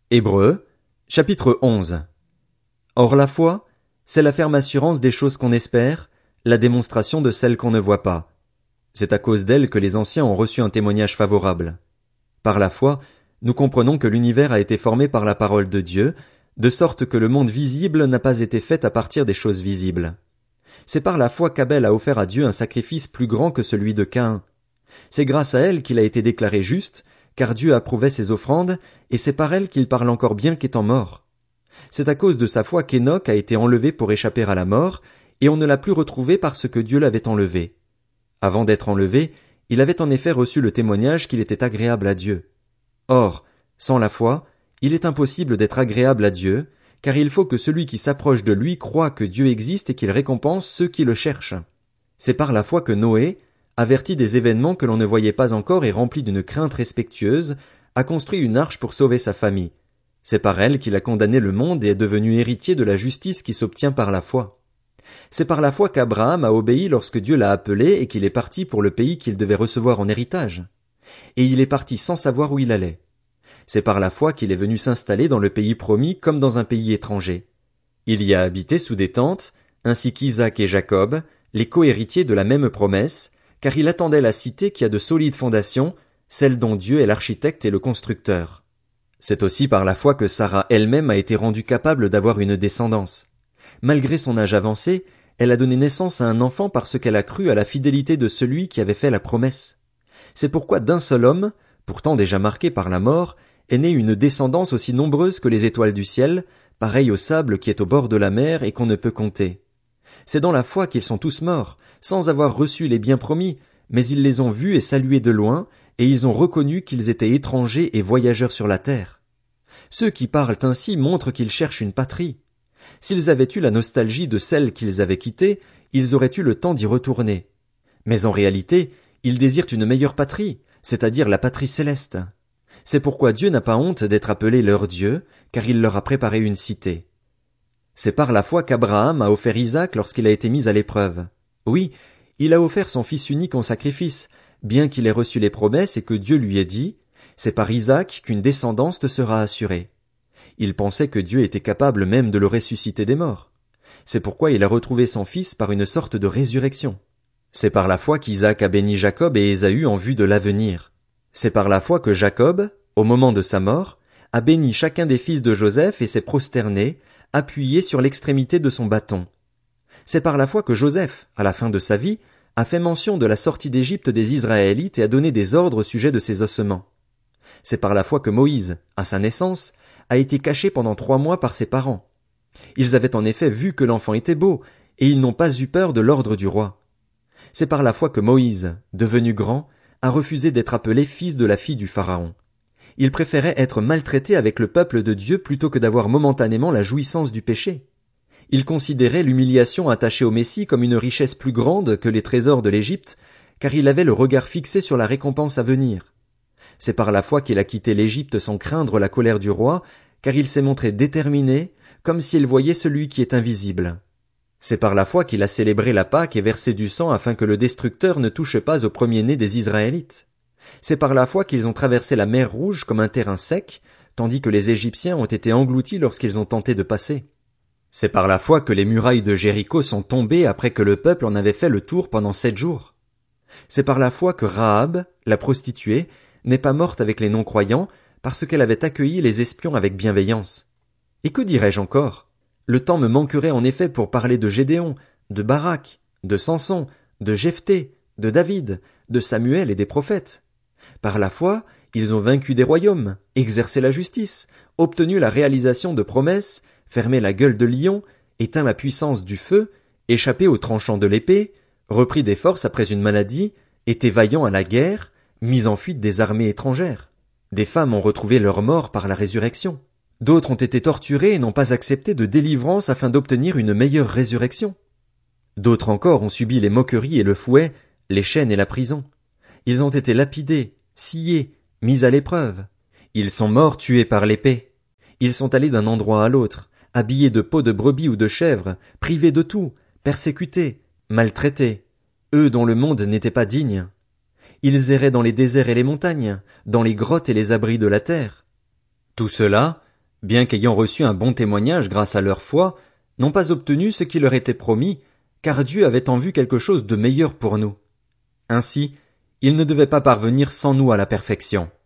Hébreux, chapitre 11. Or la foi, c'est la ferme assurance des choses qu'on espère, la démonstration de celles qu'on ne voit pas. C'est à cause d'elle que les anciens ont reçu un témoignage favorable. Par la foi, nous comprenons que l'univers a été formé par la parole de Dieu, de sorte que le monde visible n'a pas été fait à partir des choses visibles. C'est par la foi qu'Abel a offert à Dieu un sacrifice plus grand que celui de Caïn. C'est grâce à elle qu'il a été déclaré juste, car Dieu approuvait ses offrandes, et c'est par elle qu'il parle encore bien qu'étant mort. C'est à cause de sa foi qu'Hénoch a été enlevé pour échapper à la mort, et on ne l'a plus retrouvé parce que Dieu l'avait enlevé. Avant d'être enlevé, il avait en effet reçu le témoignage qu'il était agréable à Dieu. Or, sans la foi, il est impossible d'être agréable à Dieu, car il faut que celui qui s'approche de lui croie que Dieu existe et qu'il récompense ceux qui le cherchent. C'est par la foi que Noé, averti des événements que l'on ne voyait pas encore et rempli d'une crainte respectueuse, a construit une arche pour sauver sa famille. C'est par elle qu'il a condamné le monde et est devenu héritier de la justice qui s'obtient par la foi. C'est par la foi qu'Abraham a obéi lorsque Dieu l'a appelé et qu'il est parti pour le pays qu'il devait recevoir en héritage. Et il est parti sans savoir où il allait. C'est par la foi qu'il est venu s'installer dans le pays promis comme dans un pays étranger. Il y a habité sous des tentes, ainsi qu'Isaac et Jacob, les co-héritiers de la même promesse, car il attendait la cité qui a de solides fondations, celle dont Dieu est l'architecte et le constructeur. C'est aussi par la foi que Sarah elle-même a été rendue capable d'avoir une descendance. Malgré son âge avancé, elle a donné naissance à un enfant parce qu'elle a cru à la fidélité de celui qui avait fait la promesse. C'est pourquoi d'un seul homme, pourtant déjà marqué par la mort, est née une descendance aussi nombreuse que les étoiles du ciel, pareille au sable qui est au bord de la mer et qu'on ne peut compter. C'est dans la foi qu'ils sont tous morts, sans avoir reçu les biens promis, mais ils les ont vus et salués de loin, et ils ont reconnu qu'ils étaient étrangers et voyageurs sur la terre. Ceux qui parlent ainsi montrent qu'ils cherchent une patrie. S'ils avaient eu la nostalgie de celle qu'ils avaient quittée, ils auraient eu le temps d'y retourner. Mais en réalité, ils désirent une meilleure patrie, c'est-à-dire la patrie céleste. C'est pourquoi Dieu n'a pas honte d'être appelé leur Dieu, car il leur a préparé une cité. C'est par la foi qu'Abraham a offert Isaac lorsqu'il a été mis à l'épreuve. Oui, il a offert son fils unique en sacrifice, bien qu'il ait reçu les promesses et que Dieu lui ait dit « C'est par Isaac qu'une descendance te sera assurée ». Il pensait que Dieu était capable même de le ressusciter des morts. C'est pourquoi il a retrouvé son fils par une sorte de résurrection. C'est par la foi qu'Isaac a béni Jacob et Ésaü en vue de l'avenir. C'est par la foi que Jacob, au moment de sa mort, a béni chacun des fils de Joseph et s'est prosterné, appuyé sur l'extrémité de son bâton. C'est par la foi que Joseph, à la fin de sa vie, a fait mention de la sortie d'Égypte des Israélites et a donné des ordres au sujet de ses ossements. C'est par la foi que Moïse, à sa naissance, a été caché pendant 3 mois par ses parents. Ils avaient en effet vu que l'enfant était beau, et ils n'ont pas eu peur de l'ordre du roi. C'est par la foi que Moïse, devenu grand, a refusé d'être appelé fils de la fille du Pharaon. Il préférait être maltraité avec le peuple de Dieu plutôt que d'avoir momentanément la jouissance du péché. Il considérait l'humiliation attachée au Messie comme une richesse plus grande que les trésors de l'Égypte, car il avait le regard fixé sur la récompense à venir. C'est par la foi qu'il a quitté l'Égypte sans craindre la colère du roi, car il s'est montré déterminé, comme s'il voyait celui qui est invisible. C'est par la foi qu'il a célébré la Pâque et versé du sang afin que le destructeur ne touche pas au premier-né des Israélites. C'est par la foi qu'ils ont traversé la mer Rouge comme un terrain sec, tandis que les Égyptiens ont été engloutis lorsqu'ils ont tenté de passer. C'est par la foi que les murailles de Jéricho sont tombées après que le peuple en avait fait le tour pendant 7 jours. C'est par la foi que Rahab, la prostituée, n'est pas morte avec les non-croyants parce qu'elle avait accueilli les espions avec bienveillance. Et que dirais-je encore? Le temps me manquerait en effet pour parler de Gédéon, de Barak, de Samson, de Jephthé, de David, de Samuel et des prophètes. Par la foi, ils ont vaincu des royaumes, exercé la justice, obtenu la réalisation de promesses, fermé la gueule de lion, éteint la puissance du feu, échappé au tranchant de l'épée, repris des forces après une maladie, été vaillant à la guerre, mis en fuite des armées étrangères. Des femmes ont retrouvé leur mort par la résurrection. D'autres ont été torturées et n'ont pas accepté de délivrance afin d'obtenir une meilleure résurrection. D'autres encore ont subi les moqueries et le fouet, les chaînes et la prison. Ils ont été lapidés, sciés, mis à l'épreuve. Ils sont morts tués par l'épée. Ils sont allés d'un endroit à l'autre, habillés de peaux de brebis ou de chèvres, privés de tout, persécutés, maltraités, eux dont le monde n'était pas digne. Ils erraient dans les déserts et les montagnes, dans les grottes et les abris de la terre. Tout cela, bien qu'ayant reçu un bon témoignage grâce à leur foi, n'ont pas obtenu ce qui leur était promis, car Dieu avait en vue quelque chose de meilleur pour nous. Ainsi, ils ne devaient pas parvenir sans nous à la perfection.